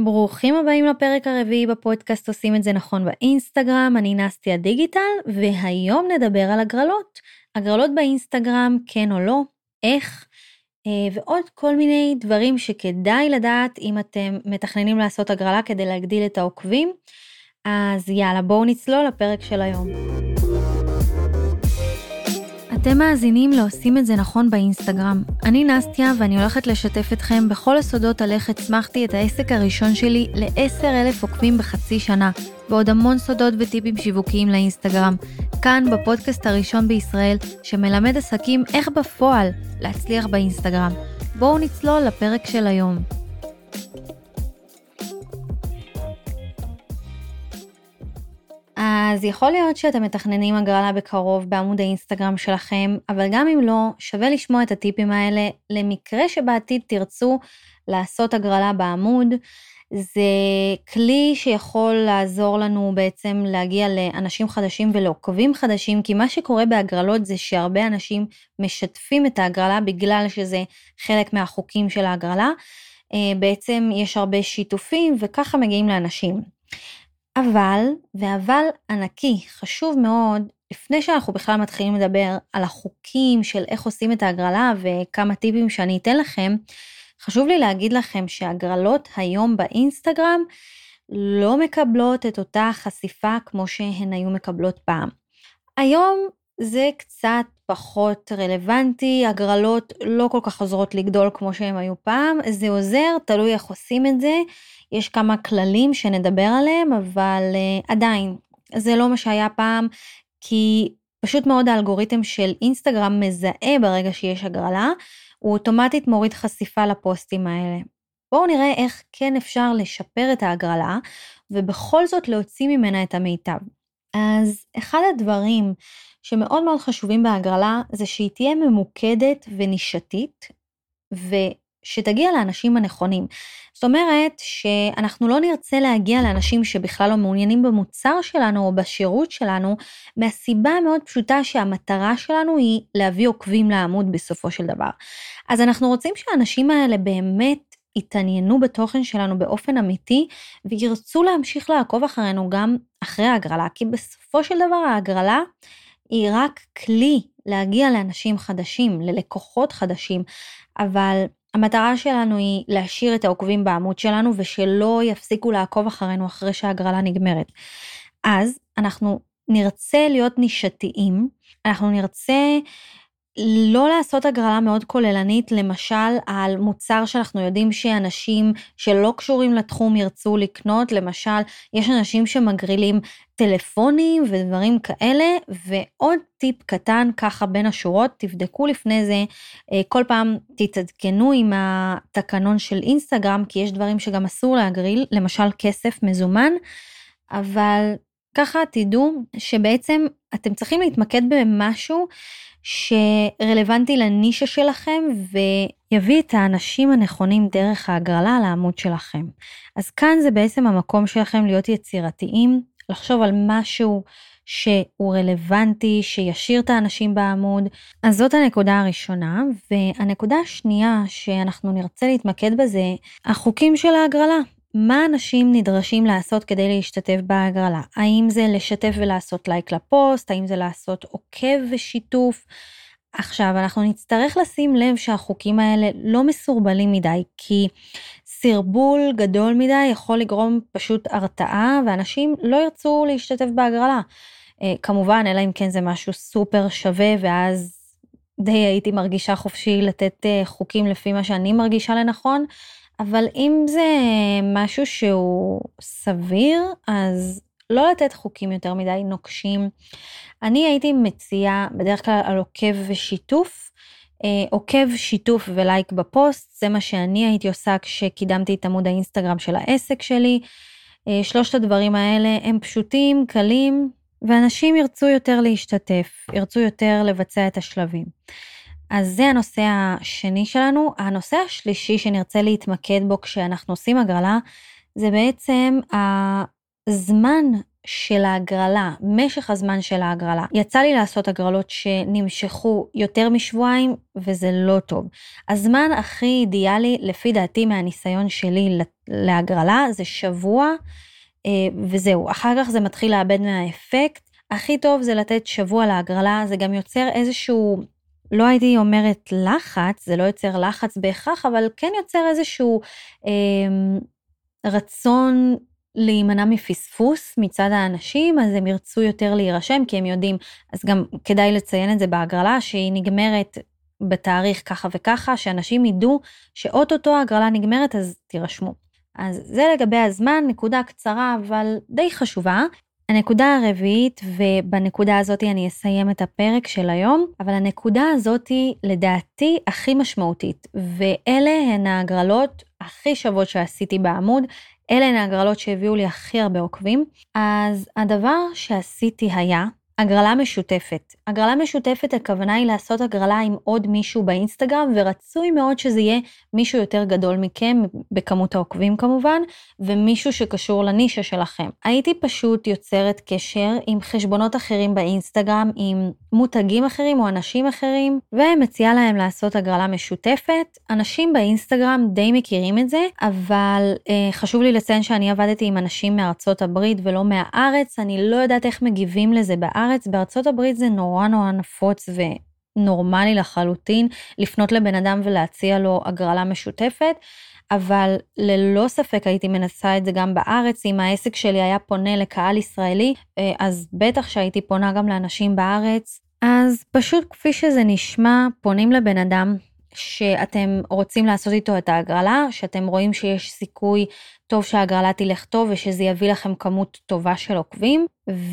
ברוכים הבאים לפרק הרביעי בפודקאסט עושים את זה נכון באינסטגרם, אני נסטיה דיגיטל, והיום נדבר על הגרלות. הגרלות באינסטגרם, כן או לא, איך, ועוד כל מיני דברים שכדאי לדעת אם אתם מתכננים לעשות הגרלה כדי להגדיל את העוקבים. אז יאללה, בואו נצלול לפרק של היום. אתם מאזינים לעושים את זה נכון באינסטגרם. אני נסטיה ואני הולכת לשתף אתכם בכל הסודות על איך הצמחתי את העסק הראשון שלי ל10,000 עוקבים בחצי שנה, ועוד המון סודות וטיפים שיווקיים לאינסטגרם, כאן בפודקאסט הראשון בישראל שמלמד עסקים איך בפועל להצליח באינסטגרם. בואו נצלול לפרק של היום. אז יכול להיות שאתם מתכננים הגרלה בקרוב בעמוד האינסטגרם שלכם, אבל גם אם לא, שווה לשמוע את הטיפים האלה למקרה שבעתיד תרצו לעשות הגרלה בעמוד. זה כלי שיכול לעזור לנו בעצם להגיע לאנשים חדשים ולעוקבים חדשים, כי מה שקורה בהגרלות זה שהרבה אנשים משתפים את ההגרלה בגלל שזה חלק מהחוקים של ההגרלה. בעצם יש הרבה שיתופים וככה מגיעים לאנשים. אבל ענקי, חשוב מאוד, לפני שאנחנו בכלל מתחילים לדבר על החוקים של איך עושים את ההגרלה וכמה טיפים שאני אתן לכם, חשוב לי להגיד לכם שהגרלות היום באינסטגרם לא מקבלות את אותה חשיפה כמו שהן היו מקבלות פעם. היום זה קצת פחות רלוונטי, הגרלות לא כל כך עוזרות לגדול כמו שהן היו פעם, זה עוזר, תלוי איך עושים את זה, יש כמה כללים שנדבר עליהם, אבל עדיין זה לא מה שהיה פעם, כי פשוט מאוד האלגוריתם של אינסטגרם מזהה ברגע שיש הגרלה, הוא אוטומטית מוריד חשיפה לפוסטים האלה. בואו נראה איך כן אפשר לשפר את ההגרלה, ובכל זאת להוציא ממנה את המיטב. אז אחד הדברים שמאוד מאוד חשובים בהגרלה, זה שהיא תהיה ממוקדת ונישתית, ושתגיע לאנשים הנכונים. זאת אומרת שאנחנו לא נרצה להגיע לאנשים שבכלל לא מעוניינים במוצר שלנו או בשירות שלנו, מהסיבה מאוד פשוטה שהמטרה שלנו היא להביא עוקבים לעמוד בסופו של דבר. אז אנחנו רוצים שהאנשים האלה באמת יתעניינו בתוכן שלנו באופן אמיתי, וירצו להמשיך לעקוב אחרינו גם אחרי ההגרלה, כי בסופו של דבר ההגרלה היא רק כלי להגיע לאנשים חדשים, ללקוחות חדשים, אבל המטרה שלנו היא להשאיר את העוקבים בעמוד שלנו, ושלא יפסיקו לעקוב אחרינו אחרי שההגרלה נגמרת. אז אנחנו נרצה להיות נישתיים, אנחנו נרצה לא לעשות הגרלה מאוד כוללנית, למשל על מוצר שאנחנו יודעים שאנשים שלא קשורים לתחום ירצו לקנות, למשל יש אנשים שמגרילים טלפונים ודברים כאלה, ועוד טיפ קטן ככה בין השורות, תבדקו לפני זה, כל פעם תתעדכנו עם התקנון של אינסטגרם, כי יש דברים שגם אסור להגריל, למשל כסף מזומן, אבל ככה תדעו שבעצם אתם צריכים להתמקד במשהו שרלוונטי לנישה שלכם, ויביא את האנשים הנכונים דרך ההגרלה לעמוד שלכם. אז כאן זה בעצם המקום שלכם להיות יצירתיים, לחשוב על משהו שהוא רלוונטי, שישאיר את האנשים בעמוד. אז זאת הנקודה הראשונה, והנקודה השנייה שאנחנו נרצה להתמקד בזה, החוקים של ההגרלה. מה אנשים נדרשים לעשות כדי להשתתף בהגרלה? האם זה לשתף ולעשות לייק לפוסט? האם זה לעשות עוקב ושיתוף? עכשיו, אנחנו נצטרך לשים לב שהחוקים האלה לא מסורבלים מדי, כי סרבול גדול מדי יכול לגרום פשוט הרתעה, ואנשים לא ירצו להשתתף בהגרלה. כמובן, אלא אם כן זה משהו סופר שווה, ואז די הייתי מרגישה חופשי לתת חוקים לפי מה שאני מרגישה לנכון, אבל אם זה משהו שהוא סביר, אז לא לתת חוקים יותר מדי נוקשים. אני הייתי מציעה בדרך כלל על עוקב ושיתוף, עוקב, שיתוף ולייק בפוסט, זה מה שאני הייתי עושה כשקידמתי את עמוד האינסטגרם של העסק שלי. שלושת הדברים האלה הם פשוטים, קלים, ואנשים ירצו יותר להשתתף, ירצו יותר לבצע את השלבים. אז זה הנושא השני שלנו. הנושא השלישי שנרצה להתמקד בו כשאנחנו עושים הגרלה, זה בעצם הזמן של ההגרלה, משך הזמן של ההגרלה. יצא לי לעשות הגרלות שנמשכו יותר משבועיים, וזה לא טוב. הזמן הכי אידיאלי, לפי דעתי מהניסיון שלי להגרלה, זה שבוע, וזהו. אחר כך זה מתחיל לאבד מהאפקט. הכי טוב זה לתת שבוע להגרלה, זה גם יוצר איזשהו, לא הייתי אומרת לחץ, זה לא יוצר לחץ בהכרח, אבל כן יוצר איזשהו רצון להימנע מפספוס מצד האנשים, אז הם ירצו יותר להירשם, כי הם יודעים, אז גם כדאי לציין את זה בהגרלה, שהיא נגמרת בתאריך ככה וככה, שאנשים ידעו שאוטוטו ההגרלה נגמרת, אז תירשמו. אז זה לגבי הזמן, נקודה קצרה, אבל די חשובה. הנקודה הרביעית, ובנקודה הזאת אני אסיים את הפרק של היום, אבל הנקודה הזאת לדעתי הכי משמעותית, ואלה הן ההגרלות הכי שוות שעשיתי בעמוד, אלה הן ההגרלות שהביאו לי הכי הרבה עוקבים. אז הדבר שעשיתי היה הגרלה משותפת. הגרלה משותפת, הכוונה היא לעשות הגרלה עם עוד מישהו באינסטגרם, ורצוי מאוד שזה יהיה מישהו יותר גדול מכם, בכמות העוקבים כמובן, ומישהו שקשור לנישה שלכם. הייתי פשוט יוצרת קשר עם חשבונות אחרים באינסטגרם, עם מותגים אחרים או אנשים אחרים, ומציעה להם לעשות הגרלה משותפת. אנשים באינסטגרם די מכירים את זה, אבל חשוב לי לציין שאני עבדתי עם אנשים מארצות הברית ולא מהארץ, אני לא יודעת איך מגיבים לזה בארץ. בארצות הברית זה נורא נפוץ ונורמלי לחלוטין לפנות לבן אדם ולהציע לו הגרלה משותפת, אבל ללא ספק הייתי מנסה את זה גם בארץ. אם העסק שלי היה פונה לקהל ישראלי, אז בטח שהייתי פונה גם לאנשים בארץ. אז פשוט כפי שזה נשמע, פונים לבן אדם שאתם רוצים לעשות איתו את ההגרלה, שאתם רואים שיש סיכוי טוב שההגרלה תלך טוב, ושזה יביא לכם כמות טובה של עוקבים,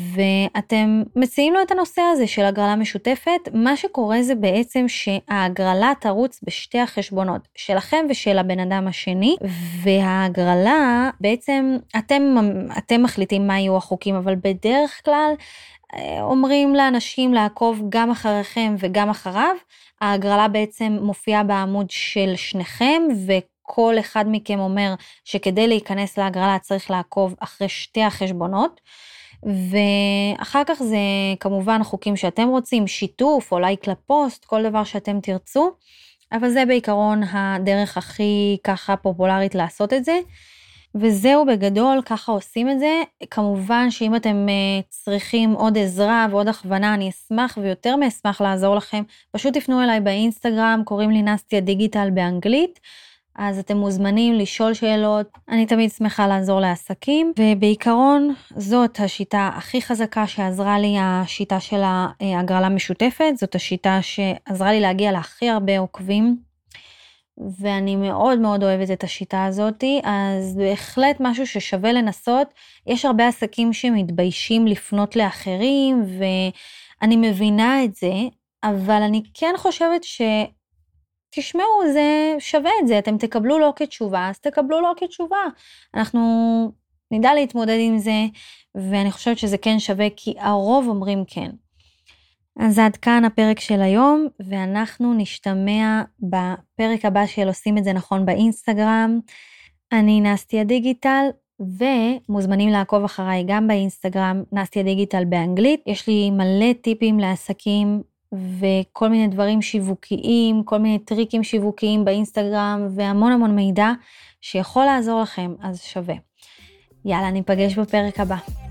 ואתם מציעים לו את הנושא הזה של הגרלה משותפת. מה שקורה זה בעצם שההגרלה תרוץ בשתי החשבונות, שלכם ושל הבן אדם השני, וההגרלה בעצם אתם מחליטים מה יהיו החוקים, אבל בדרך כלל אומרים לאנשים לעקוב גם אחריכם וגם אחריו. ההגרלה בעצם מופיעה בעמוד של שניכם, וכל אחד מכם אומר שכדי להיכנס להגרלה צריך לעקוב אחרי שתי החשבונות, ואחר כך זה כמובן חוקים שאתם רוצים, שיתוף או לייק לפוסט, כל דבר שאתם תרצו, אבל זה בעיקרון הדרך הכי ככה פופולרית לעשות את זה. וזהו בגדול, ככה עושים את זה. כמובן שאם אתם צריכים עוד עזרה ועוד הכוונה, אני אשמח ויותר מאשמח לעזור לכם. פשוט תפנו אליי באינסטגרם, קוראים לי נסטיה דיגיטל באנגלית, אז אתם מוזמנים לשאול שאלות. אני תמיד שמחה לעזור לעסקים, ובעיקרון זאת השיטה הכי חזקה שעזרה לי, השיטה של ההגרלה משותפת. זאת השיטה שעזרה לי להגיע להכי הרבה עוקבים, ואני מאוד מאוד אוהבת את השיטה הזאת, אז בהחלט משהו ששווה לנסות. יש הרבה עסקים שמתביישים לפנות לאחרים, ואני מבינה את זה, אבל אני כן חושבת תשמעו, זה שווה את זה, אתם תקבלו לא כתשובה, אז תקבלו לא כתשובה. אנחנו נדע להתמודד עם זה, ואני חושבת שזה כן שווה, כי הרוב אומרים כן. אז עד כאן הפרק של היום, ואנחנו נשתמע בפרק הבא של עושים את זה נכון באינסטגרם. אני נסטיה דיגיטל, ומוזמנים לעקוב אחריי גם באינסטגרם, נסטיה דיגיטל באנגלית. יש לי מלא טיפים לעסקים, וכל מיני דברים שיווקיים, כל מיני טריקים שיווקיים באינסטגרם, והמון מידע שיכול לעזור לכם, אז שווה. יאללה, ניפגש בפרק הבא.